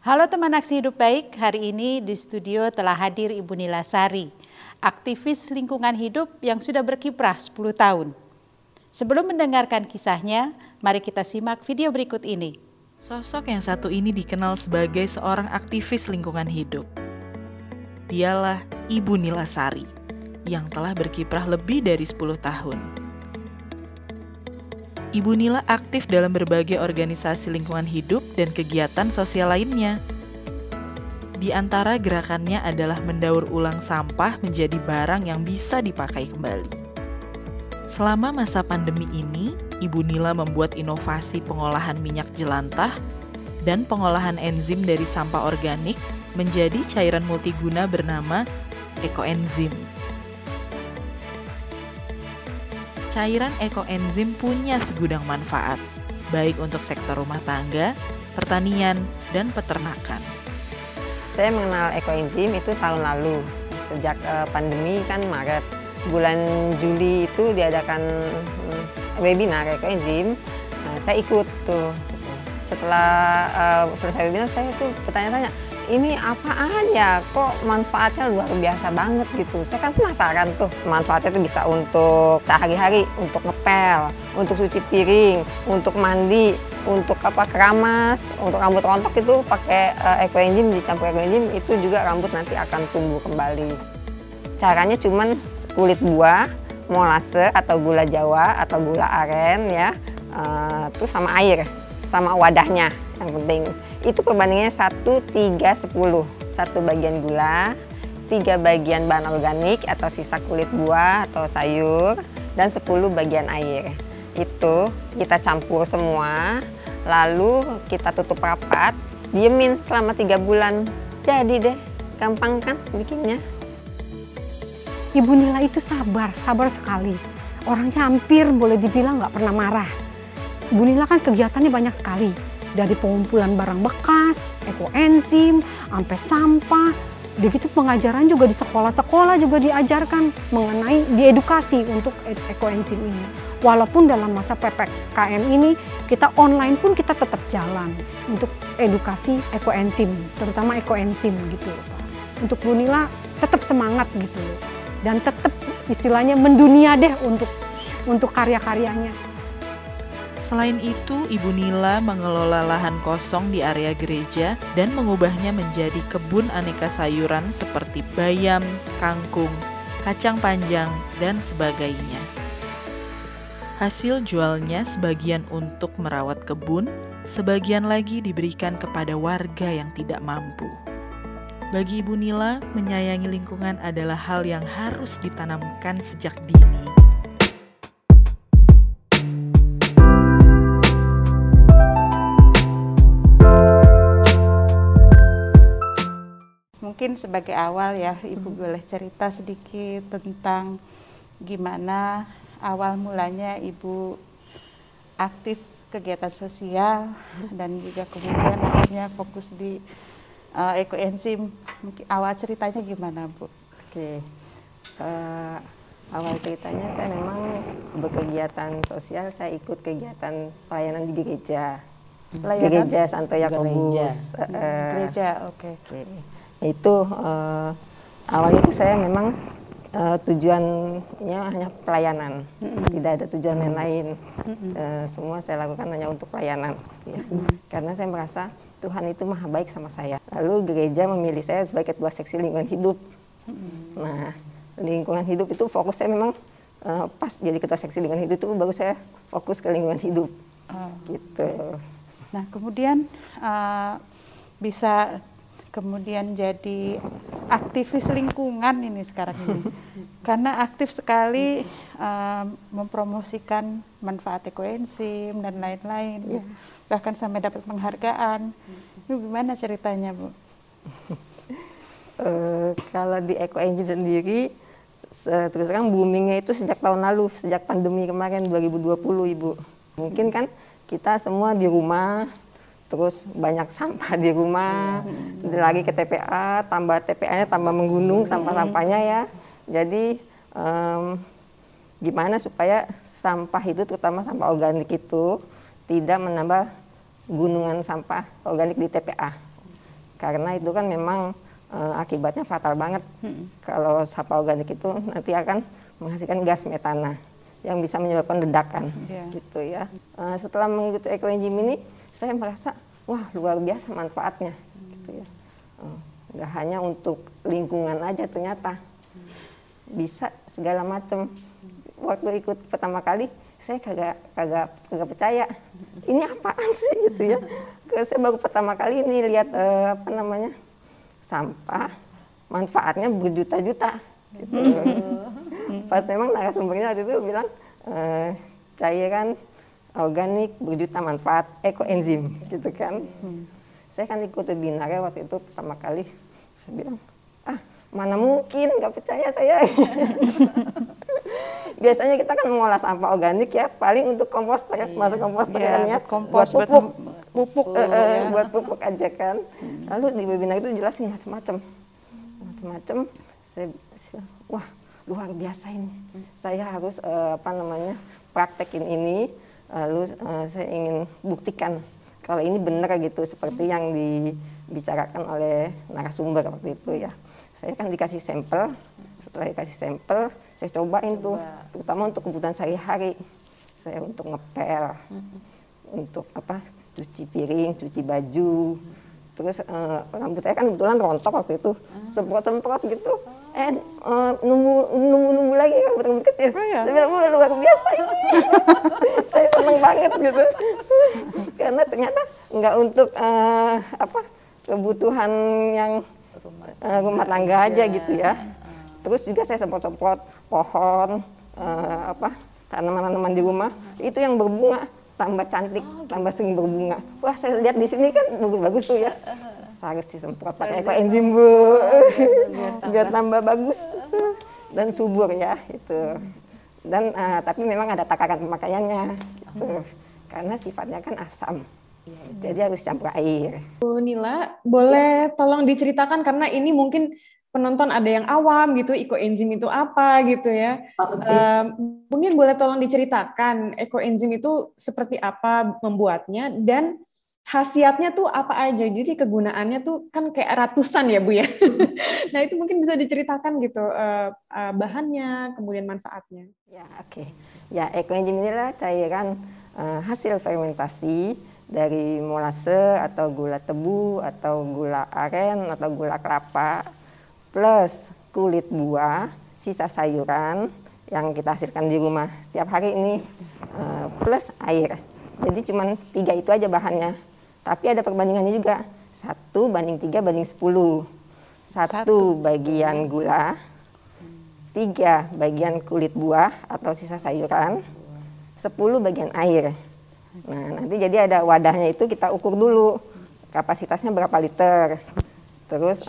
Halo teman Aksi Hidup Baik, hari ini di studio telah hadir Ibu Nila Sari, aktivis lingkungan hidup yang sudah berkiprah 10 tahun. Sebelum mendengarkan kisahnya, mari kita simak video berikut ini. Sosok yang satu ini dikenal sebagai seorang aktivis lingkungan hidup. Dialah Ibu Nila Sari, yang telah berkiprah lebih dari 10 tahun. Ibu Nila aktif dalam berbagai organisasi lingkungan hidup dan kegiatan sosial lainnya. Di antara gerakannya adalah mendaur ulang sampah menjadi barang yang bisa dipakai kembali. Selama masa pandemi ini, Ibu Nila membuat inovasi pengolahan minyak jelantah dan pengolahan enzim dari sampah organik menjadi cairan multiguna bernama ekoenzim. Cairan ekoenzim punya segudang manfaat, baik untuk sektor rumah tangga, pertanian, dan peternakan. Saya mengenal ekoenzim itu tahun lalu, sejak pandemi kan Maret. Bulan Juli itu diadakan webinar ekoenzim, saya ikut tuh. Setelah selesai webinar saya tuh bertanya-tanya, ini apaan ya, kok manfaatnya luar biasa banget gitu. Saya kan penasaran tuh, manfaatnya tuh bisa untuk sehari-hari, untuk ngepel, untuk cuci piring, untuk mandi, untuk keramas, untuk rambut rontok itu pakai ekoenzim, dicampur ekoenzim itu juga rambut nanti akan tumbuh kembali. Caranya cuman kulit buah, molase atau gula Jawa atau gula aren ya, terus sama air, sama wadahnya yang penting. Itu perbandingannya 1:3:10. 1 bagian gula, 3 bagian bahan organik atau sisa kulit buah atau sayur, dan 10 bagian air. Itu kita campur semua, lalu kita tutup rapat, diemin selama 3 bulan. Jadi deh, gampang kan bikinnya. Ibu Nila itu sabar sekali. Orangnya hampir boleh dibilang nggak pernah marah. Ibu Nila kan kegiatannya banyak sekali. Dari pengumpulan barang bekas, ekoenzim, sampai sampah. Begitu pengajaran juga di sekolah-sekolah juga diajarkan mengenai diedukasi untuk ekoenzim ini. Walaupun dalam masa PPKM ini kita online pun kita tetap jalan untuk edukasi ekoenzim, terutama ekoenzim gitu Pak. Untuk Bu Nila tetap semangat gitu dan tetap istilahnya mendunia deh untuk karya-karyanya. Selain itu, Ibu Nila mengelola lahan kosong di area gereja dan mengubahnya menjadi kebun aneka sayuran seperti bayam, kangkung, kacang panjang, dan sebagainya. Hasil jualnya sebagian untuk merawat kebun, sebagian lagi diberikan kepada warga yang tidak mampu. Bagi Ibu Nila, menyayangi lingkungan adalah hal yang harus ditanamkan sejak dini. Mungkin sebagai awal ya, Ibu boleh cerita sedikit tentang gimana awal mulanya Ibu aktif kegiatan sosial dan juga kemudian akhirnya fokus di ekoenzim. Mungkin awal ceritanya gimana, Bu? Oke, awal ceritanya saya memang berkegiatan sosial, saya ikut kegiatan pelayanan di gereja. Gereja Santo Yakobus. Gereja, oke. Itu awalnya itu saya memang tujuannya hanya pelayanan, tidak ada tujuan yang lain. Semua saya lakukan hanya untuk pelayanan, ya. Karena saya merasa Tuhan itu maha baik sama saya. Lalu gereja memilih saya sebagai ketua seksi lingkungan hidup. Nah, lingkungan hidup itu fokus saya memang pas jadi ketua seksi lingkungan hidup itu baru saya fokus ke lingkungan hidup, gitu. Nah, kemudian bisa kemudian jadi aktivis lingkungan ini sekarang ini. Karena aktif sekali mempromosikan manfaat ekoenzim dan lain-lain. Bahkan sampai dapat penghargaan. Itu gimana ceritanya, Bu? Kalau di ekoenzim sendiri, terus terang boomingnya itu sejak tahun lalu, sejak pandemi kemarin 2020, Ibu. Mungkin kan kita semua di rumah, terus banyak sampah di rumah, lagi ke TPA, tambah TPA-nya tambah menggunung sampah-sampahnya ya. Jadi gimana supaya sampah itu, terutama sampah organik itu, tidak menambah gunungan sampah organik di TPA. karena itu kan memang akibatnya fatal banget. Kalau sampah organik itu nanti akan menghasilkan gas metana yang bisa menyebabkan ledakan, gitu ya. Setelah mengikuti ekoenzim ini, saya merasa wah luar biasa manfaatnya, gitu ya. Nggak hanya untuk lingkungan aja, ternyata bisa segala macam. Waktu ikut pertama kali, saya kagak percaya. Ini apaan sih, gitu ya. Saya baru pertama kali ini lihat sampah, manfaatnya berjuta-juta. Gitu. Pas memang narasumbernya waktu itu bilang cairan organik berjuta manfaat ekoenzim, gitu kan. Saya kan ikut webinarnya waktu itu pertama kali, saya bilang mana mungkin, nggak percaya saya. Biasanya kita kan mengolah sampah organik ya paling untuk komposter, masuk komposter ya, buat pupuk, buat pupuk aja kan. Lalu di webinar itu jelasin macam-macam. Saya wah luar biasa ini. Saya harus praktekin ini. Lalu saya ingin buktikan kalau ini benar gitu seperti yang dibicarakan oleh narasumber waktu itu ya. Saya kan dikasih sampel. Setelah dikasih sampel, saya cobain tuh, terutama untuk kebutuhan sehari-hari. Saya untuk ngepel, untuk cuci piring, cuci baju. Terus rambut saya kan kebetulan rontok waktu itu, semprot-semprot gitu. Nunggu lagi rambut kecil. Saya bilang luar biasa ini. Saya seneng banget gitu. Karena ternyata nggak untuk kebutuhan yang rumah tangga aja gitu ya. Terus juga saya semprot-semprot pohon, tanaman-tanaman di rumah itu yang berbunga tambah cantik, tambah sering berbunga. Wah, saya lihat di sini kan bagus-bagus tuh ya. Harus disemprot pakai ekoenzim Bu, biar tambah bagus dan subur ya itu. Dan tapi memang ada takaran pemakaiannya, gitu. Karena sifatnya kan asam. Jadi harus campur air. Bu Nila, boleh tolong diceritakan karena ini mungkin penonton ada yang awam gitu, ekoenzim itu apa gitu ya. Mungkin boleh tolong diceritakan ekoenzim itu seperti apa membuatnya dan khasiatnya tuh apa aja. Jadi kegunaannya tuh kan kayak ratusan ya Bu ya. Nah itu mungkin bisa diceritakan gitu bahannya, kemudian manfaatnya. Ya oke. Ya ekoenzim inilah cairan hasil fermentasi dari molase atau gula tebu atau gula aren atau gula kelapa plus kulit buah, sisa sayuran yang kita hasilkan di rumah setiap hari ini plus air. Jadi cuma 3 itu aja bahannya. Tapi ada perbandingannya juga. 1:3:10. 1 bagian gula, 3 bagian kulit buah atau sisa sayuran, 10 bagian air. Nah, nanti jadi ada wadahnya itu kita ukur dulu kapasitasnya berapa liter. Terus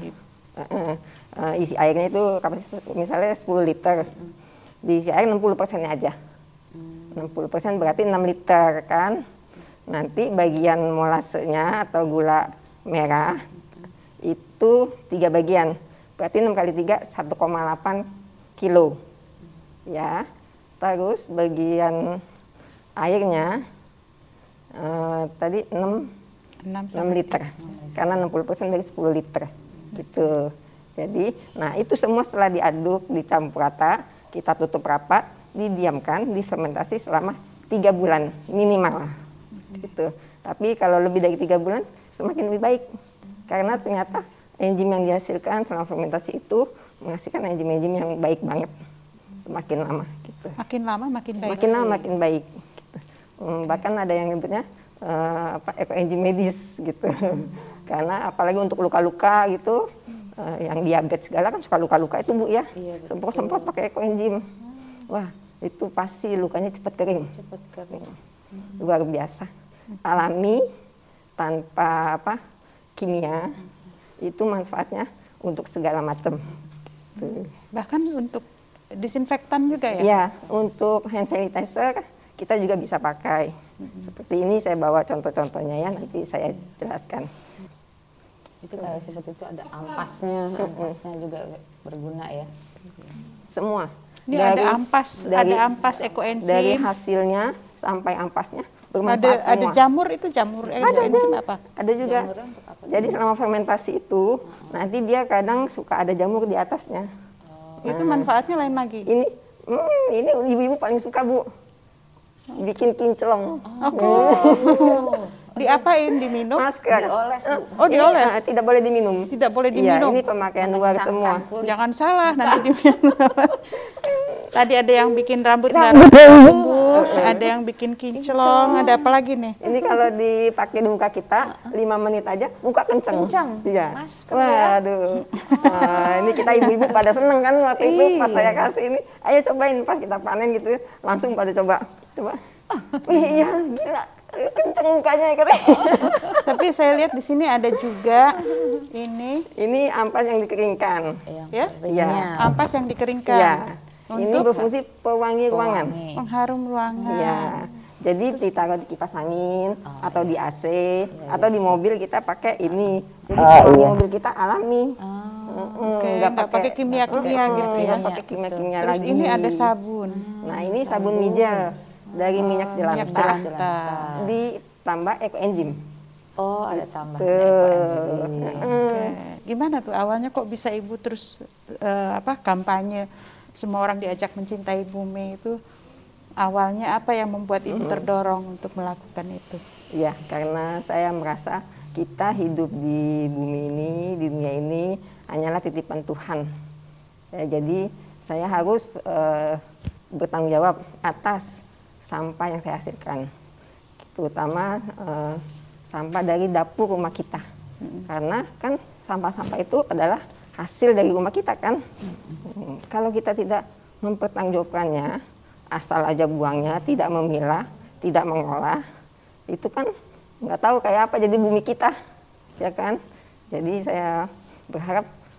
isi airnya itu kapasitas misalnya 10 liter. Diisi air 60%-nya aja. 60% berarti 6 liter kan. Nanti bagian molasenya atau gula merah itu 3 bagian. Berarti 6 kali 3 1,8 kilo. Ya. Terus bagian airnya tadi 6 liter. Karena 60% dari 10 liter. Gitu. Jadi, nah itu semua setelah diaduk, dicampur rata, kita tutup rapat, didiamkan, difermentasi selama 3 bulan minimal. Gitu. Tapi kalau lebih dari 3 bulan semakin lebih baik. Karena ternyata enzim yang dihasilkan selama fermentasi itu menghasilkan enzim-enzim yang baik banget. Semakin lama gitu. Makin lama makin baik. Makin lama makin baik. Gitu. Bahkan ada yang nyebutnya ekoenzim medis gitu. Karena apalagi untuk luka-luka gitu, yang diabetes segala kan suka luka-luka itu Bu ya. Semprot-semprot pakai ekoenzim. Wah, itu pasti lukanya cepat kering. Luar biasa. Alami tanpa kimia. Itu manfaatnya untuk segala macam. Bahkan untuk disinfektan juga ya? Ya, untuk hand sanitizer kita juga bisa pakai. Seperti ini saya bawa contoh-contohnya ya, nanti saya jelaskan. Itu kayak seperti itu ada ampasnya juga berguna ya. Semua. Ini ada ampas ekoenzim. Dari hasilnya sampai ampasnya bermanfaat semua. Ada jamur, itu jamur ekoenzim apa? Ada juga. Jadi selama fermentasi itu nanti dia kadang suka ada jamur di atasnya. Itu manfaatnya lain lagi. Ini ibu-ibu paling suka, Bu. Bikin kinclong. Diapain? Diminum? Masker. Dioles, Bu. Oh, dioles. Iya, tidak boleh diminum. Tidak boleh Iya, diminum. ini pemakaian luar semua. Jangan salah nanti diminum. Tadi ada yang bikin rambut nggak tumbuh, ada yang bikin kinclong, ada apa lagi nih? Ini kalau dipakai di muka kita 5 menit aja muka kencang. Iya. Waduh. Ini kita ibu-ibu pada seneng kan waktu itu pas saya kasih ini. Ayo cobain pas kita panen gitu ya. Langsung pada coba. Wih, iya gila. Kencang mukanya katanya. Tapi saya lihat di sini ada juga ini ampas yang dikeringkan. ya, Iya. ampas yang dikeringkan. Iya. Ini Untuk berfungsi pewangi ruangan. mengharum ruangan. Iya. Jadi ditaruh di kipas angin atau di AC atau di mobil kita pakai ini. Jadi pewangi mobil kita alami. Oke, nggak pakai kimia-kimia gitu ya. Nggak pakai kimia-kimia Terus lagi. ini ada sabun. Nah, ini sabun mijel dari minyak Minyak jelantah jelantah. ditambah ekoenzim. Oh, ada tambahan Tuh. Oke. Gimana tuh awalnya kok bisa ibu terus kampanye semua orang diajak mencintai bumi itu, awalnya apa yang membuat ibu terdorong untuk melakukan itu? Ya, karena saya merasa kita hidup di bumi ini, di dunia ini hanyalah titipan Tuhan. Ya, jadi saya harus bertanggung jawab atas sampah yang saya hasilkan, terutama sampah dari dapur rumah kita. Karena kan sampah-sampah itu adalah hasil dari rumah kita kan. Kalau kita tidak mempertanggungjawabkannya, asal aja buangnya, tidak memilah, tidak mengolah, itu kan nggak tahu kayak apa jadi bumi kita, ya kan. Jadi saya berharap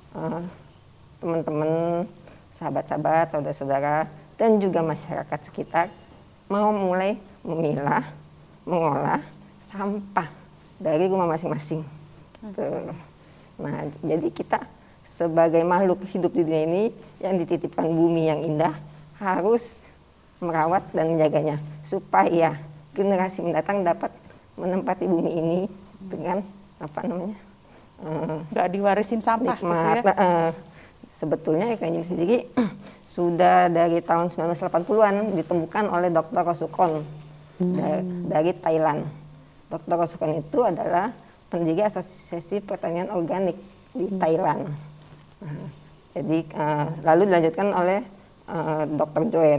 teman-teman, sahabat-sahabat, saudara-saudara, dan juga masyarakat sekitar mau mulai memilah, mengolah sampah dari rumah masing-masing. Nah, jadi kita sebagai makhluk hidup di dunia ini yang dititipkan bumi yang indah harus merawat dan menjaganya supaya generasi mendatang dapat menempati bumi ini dengan nggak diwarisin sampah nikmat. gitu ya. Sebetulnya ekoenzim sendiri sudah dari tahun 1980-an ditemukan oleh Dr. Rosukon dari Thailand. Dr. Rosukon itu adalah pendiri Asosiasi Pertanian Organik di Thailand. Jadi lalu dilanjutkan oleh Dr. Joen.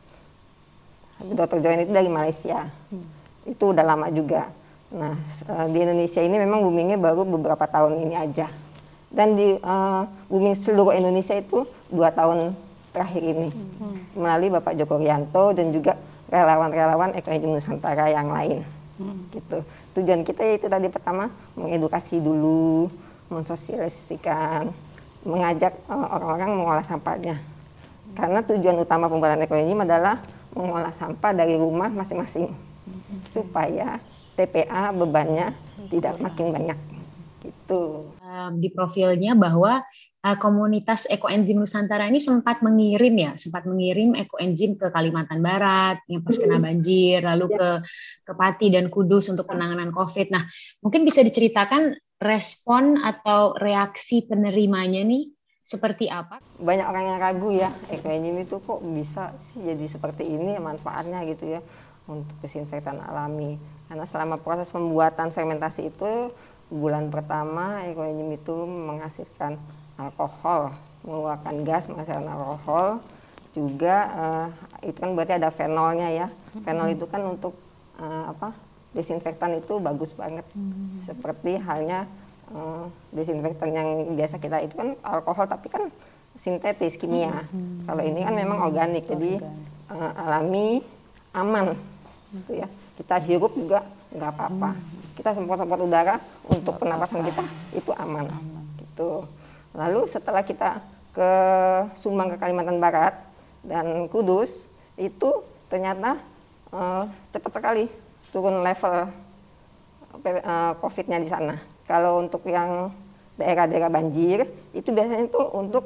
Dr. Joen itu dari Malaysia. Itu udah lama juga. Nah, di Indonesia ini memang boomingnya baru beberapa tahun ini aja. Dan di booming seluruh Indonesia itu 2 tahun terakhir ini. Melalui Bapak Joko Rianto dan juga relawan-relawan ekoenzim Nusantara yang lain. Gitu. Tujuan kita yaitu tadi pertama mengedukasi dulu, mensosialisasikan, mengajak orang-orang mengolah sampahnya. Karena tujuan utama pembuatan ekoenzim adalah mengolah sampah dari rumah masing-masing. Supaya TPA bebannya tidak makin banyak. Gitu. Di profilnya bahwa komunitas ekoenzim Nusantara ini sempat mengirim ekoenzim ke Kalimantan Barat yang pas kena banjir, lalu ke Pati dan Kudus untuk penanganan COVID. Nah, mungkin bisa diceritakan respon atau reaksi penerimanya nih seperti apa? Banyak orang yang ragu ya, ekoenzim itu kok bisa sih jadi seperti ini manfaatnya gitu ya untuk desinfektan alami. Karena selama proses pembuatan fermentasi itu bulan pertama ekoenzim itu menghasilkan alkohol, mengeluarkan gas menghasilkan alkohol, juga itu kan berarti ada fenolnya ya. Fenol itu kan untuk desinfektan itu bagus banget. Seperti halnya desinfektan yang biasa kita itu kan alkohol tapi kan sintetis kimia. Kalau ini kan memang organik, jadi alami, aman, gitu ya. Kita hirup juga nggak apa-apa. Kita semprot-semprot udara untuk pernapasan kita itu aman. Gitu. Lalu setelah kita ke Sumbang ke Kalimantan Barat dan Kudus itu ternyata cepat sekali turun level COVID-nya di sana. Kalau untuk yang daerah-daerah banjir itu biasanya itu untuk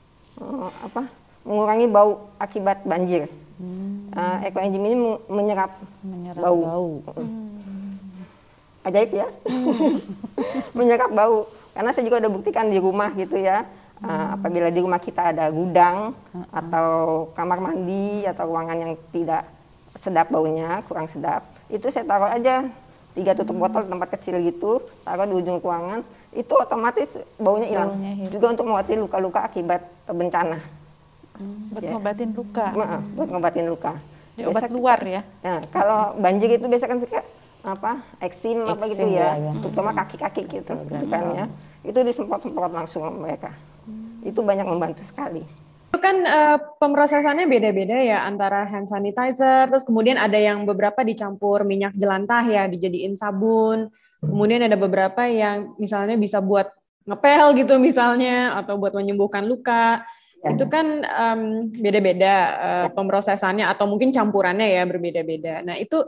mengurangi bau akibat banjir. Ekoenzim ini menyerap bau. ajaib ya, menyerap bau. Karena saya juga udah buktikan di rumah gitu ya, apabila di rumah kita ada gudang atau kamar mandi atau ruangan yang tidak sedap baunya, kurang sedap, itu saya taruh aja 3 tutup botol tempat kecil gitu, taruh di ujung ruangan, itu otomatis baunya hilang. Juga untuk mengobati luka-luka akibat bencana. Buat ngobatin luka. Buat ngobatin luka. Ya, obat luar ya. Nah, kalau banjir itu biasa kan suka eksim apa gitu ya, terutama kaki-kaki gitu kan ya. Itu disemprot-semprot langsung mereka. Itu banyak membantu sekali. Itu kan pemrosesannya beda-beda ya, antara hand sanitizer, terus kemudian ada yang beberapa dicampur minyak jelantah ya, dijadiin sabun. Kemudian ada beberapa yang misalnya bisa buat ngepel gitu misalnya, atau buat menyembuhkan luka. Itu kan beda-beda pemrosesannya atau mungkin campurannya ya berbeda-beda. Nah itu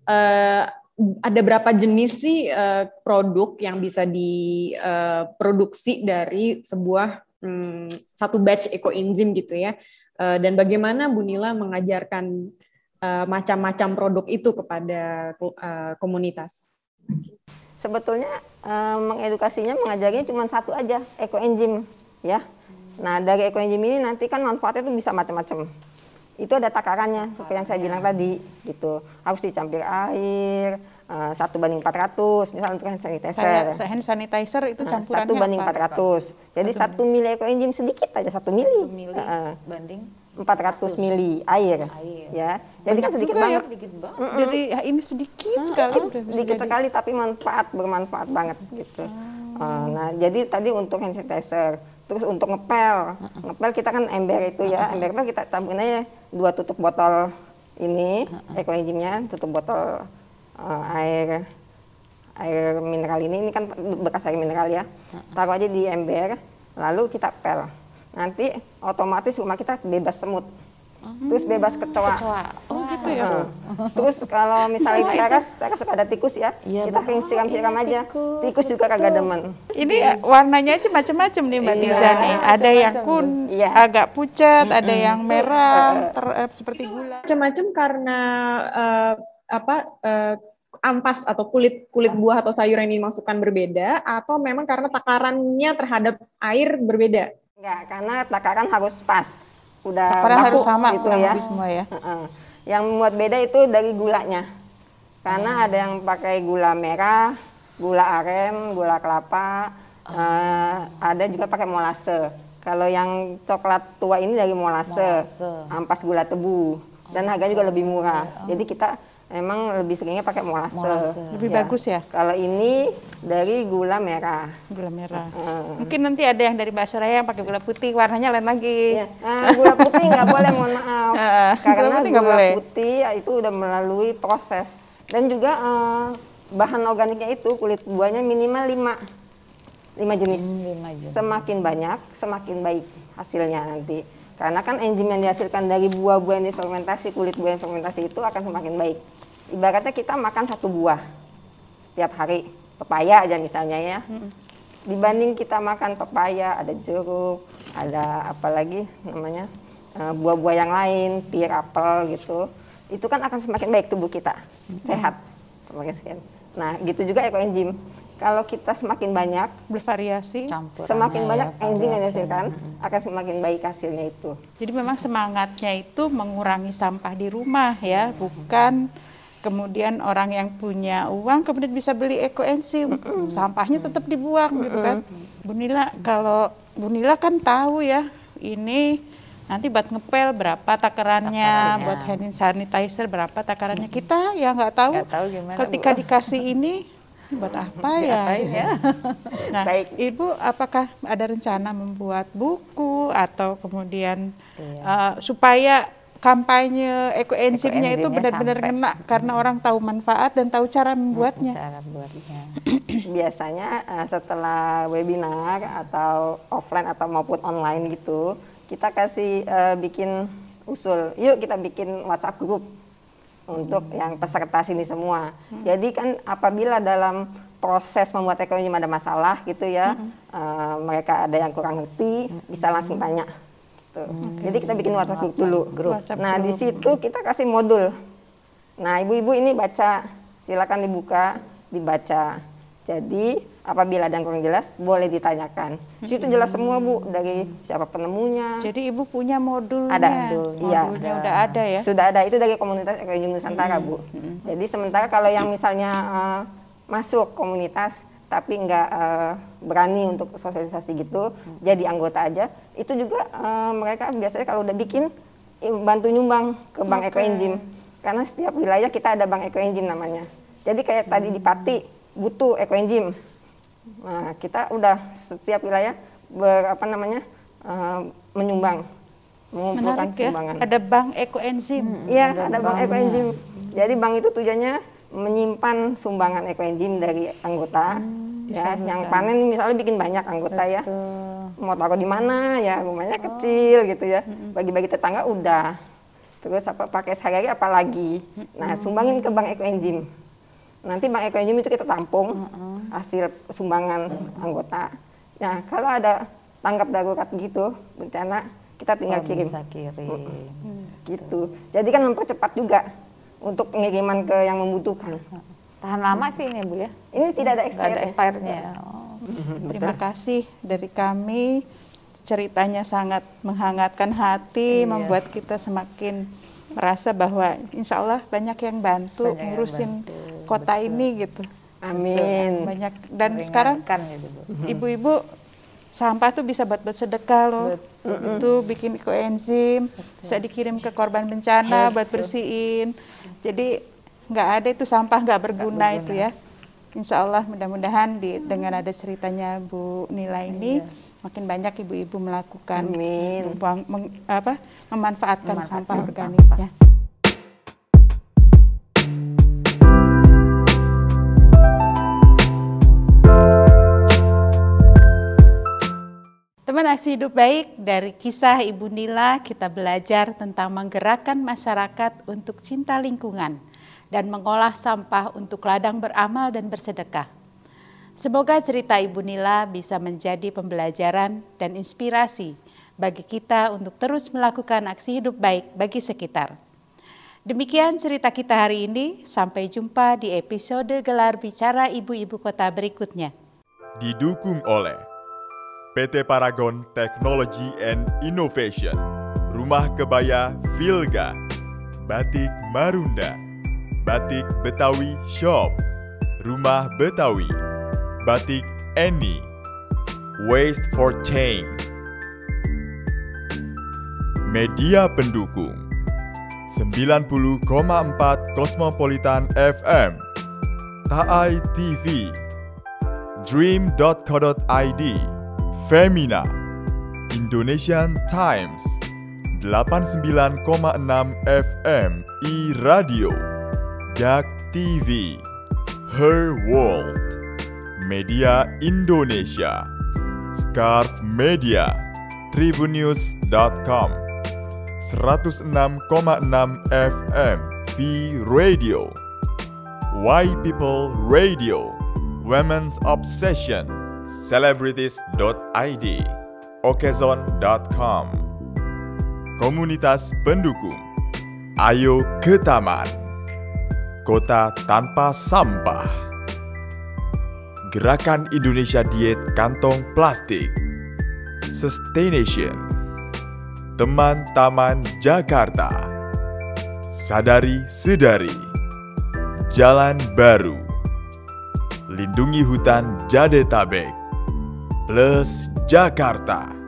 ada berapa jenis sih produk yang bisa diproduksi dari sebuah satu batch ekoenzim gitu ya? Dan bagaimana Bu Nila mengajarkan macam-macam produk itu kepada komunitas? Sebetulnya mengedukasinya, mengajarnya cuma satu aja, ekoenzim ya. Nah, dari ekoenzim ini nanti kan manfaatnya itu bisa macam-macam. Itu ada takarannya, seperti yang saya bilang tadi, gitu. Harus dicampur air, 1:400, misalnya untuk hand sanitizer. Kayak hand sanitizer itu campurannya 1:400. Jadi 1 mili ekoenzim sedikit aja, 1 mili. Banding 400 mili air. Ya. Jadi kan sedikit banget. Jadi ini sedikit sekali. Sedikit sekali tapi bermanfaat banget gitu. Nah, jadi tadi untuk hand sanitizer. Terus untuk ngepel kita kan ember itu ya, ember kita taburin aja 2 tutup botol ini ekoenzimnya, tutup botol air mineral ini kan bekas air mineral ya, taruh aja di ember, lalu kita pel. Nanti otomatis rumah kita bebas semut, terus bebas kecoa. Oh gitu ya. Terus kalau misalnya di teras suka ada tikus ya, kita siram-siram aja, tikus juga kagak demen. Ini warnanya aja macam-macam nih Mbak Tiza nih. Ada yang agak pucat, ada yang merah, seperti gula. Macam-macam karena ampas atau kulit buah atau sayur yang dimasukkan berbeda, atau memang karena takarannya terhadap air berbeda? Enggak, karena takaran harus pas. Udah takaran baku, harus sama gitu kurang ya. lebih semua ya. Yang membuat beda itu dari gulanya. Karena ada yang pakai gula merah, gula aren, gula kelapa, ada juga pakai molase. Kalau yang coklat tua ini dari molase, ampas gula tebu, dan harganya juga lebih murah. Jadi kita emang lebih seringnya pakai molase. Lebih bagus ya? Kalau ini dari gula merah. Gula merah. Mungkin nanti ada yang dari Mbak Soraya yang pakai gula putih, warnanya lain lagi. Gula putih nggak boleh, mohon maaf. Karena gula putih itu udah melalui proses. Dan juga bahan organiknya itu kulit buahnya minimal 5 jenis. 5 jenis. Semakin banyak, semakin baik hasilnya nanti. Karena kan enzim yang dihasilkan dari buah-buah yang difermentasi, kulit buah yang fermentasi itu akan semakin baik. Ibaratnya kita makan 1 buah tiap hari, pepaya aja misalnya ya. Dibanding kita makan pepaya, ada jeruk, ada apa lagi namanya, buah-buah yang lain, pir, apel gitu. Itu kan akan semakin baik tubuh kita, sehat. Nah, gitu juga ekoenzim. Kalau kita semakin banyak bervariasi, semakin banyak enzim yang dihasilkan, akan semakin baik hasilnya itu. Jadi memang semangatnya itu mengurangi sampah di rumah ya, bukan kemudian orang yang punya uang kemudian bisa beli ekoenzim, sampahnya tetap dibuang gitu kan. Bu Nila, kalau Bu Nila kan tahu ya, ini nanti buat ngepel berapa takarannya, buat hand sanitizer berapa takarannya. Kita ya nggak tahu ketika dikasih ini buat apa ya. Nah, Ibu apakah ada rencana membuat buku atau kemudian supaya kampanye ekoenzimnya itu benar-benar kena karena orang tahu manfaat dan tahu cara membuatnya. Biasanya setelah webinar atau offline atau maupun online gitu, kita kasih bikin usul, yuk kita bikin WhatsApp group untuk yang peserta sini semua. Jadi kan apabila dalam proses membuat ekoenzim ada masalah gitu ya, mereka ada yang kurang ngerti, bisa langsung tanya. Jadi kita bikin WhatsApp group dulu. Nah di situ kita kasih modul. Nah ibu-ibu ini baca, silakan dibuka. dibaca. Jadi apabila ada yang kurang jelas boleh ditanyakan. Di situ jelas semua Bu, dari siapa penemunya. Jadi Ibu punya modulnya. Ada, iya. Modulnya udah ada ya. Sudah ada, itu dari komunitas Ekoenzim Nusantara Bu. Jadi sementara kalau yang misalnya masuk komunitas tapi nggak berani untuk sosialisasi gitu, jadi anggota aja, itu juga mereka biasanya kalau udah bikin bantu nyumbang ke Bank Ekoenzim. Karena setiap wilayah kita ada Bank Ekoenzim namanya. Jadi kayak tadi di Pati butuh Ekoenzim. Nah, kita udah setiap wilayah menyumbang, mengumpulkan Menarik ya. sumbangan. Ada Bank Ekoenzim. Iya, ada Bank Ekoenzim. Jadi bank itu tujuannya menyimpan sumbangan Ekoenzim dari anggota. Ya, yang panen misalnya bikin banyak anggota ya. Mau taruh di mana ya, rumahnya kecil gitu ya. Bagi-bagi tetangga udah. Terus pakai sehari-hari apalagi. Nah, sumbangin ke Bank Ekoenzim. Nanti Bank Ekoenzim itu kita tampung hasil sumbangan anggota. Nah, kalau ada tanggap darurat gitu, bencana, kita tinggal kirim. Bisa kirim. Gitu. Jadi kan mempercepat juga untuk pengiriman ke yang membutuhkan. Tahan lama sih ini Bu ya? Ini tidak ada Nggak ada expirednya. Terima kasih dari kami. Ceritanya sangat menghangatkan hati, membuat kita semakin merasa bahwa insya Allah banyak yang bantu ngurusin kota ini gitu. Amin. Banyak, dan sekarang Gitu, Bu. ibu-ibu sampah tuh bisa buat sedekah loh. Itu bikin Ekoenzim, bisa dikirim ke korban bencana buat bersihin. Jadi nggak ada itu sampah nggak berguna itu ya. Insya Allah mudah-mudahan dengan ada ceritanya Bu Nila ini makin banyak ibu-ibu melakukan memanfaatkan sampah organiknya. Teman Aksi Hidup Baik, dari kisah Ibu Nila kita belajar tentang menggerakkan masyarakat untuk cinta lingkungan dan mengolah sampah untuk ladang beramal dan bersedekah. Semoga cerita Ibu Nila bisa menjadi pembelajaran dan inspirasi bagi kita untuk terus melakukan aksi hidup baik bagi sekitar. Demikian cerita kita hari ini, sampai jumpa di episode Gelar Bicara Ibu-Ibu Kota berikutnya. Didukung oleh PT Paragon Technology and Innovation, Rumah Kebaya Vilga, Batik Marunda, Batik Betawi Shop, Rumah Betawi, Batik Eni, Waste for Change. Media pendukung 90,4 Cosmopolitan FM, Taai TV, Dream.co.id, Femina, Indonesian Times, 89,6 FM iRadio, Jak TV, Her World, Media Indonesia, Scarf Media, Tribunnews.com, 106,6 FM V Radio, Why People Radio, Women's Obsession, Celebrities.id, Okezon.com. Komunitas pendukung, Ayo ke Taman, Kota Tanpa Sampah, Gerakan Indonesia Diet Kantong Plastik, Sustaination, Teman Taman Jakarta, Sadari Sedari, Jalan Baru, Lindungi Hutan Jadetabek, Plus Jakarta.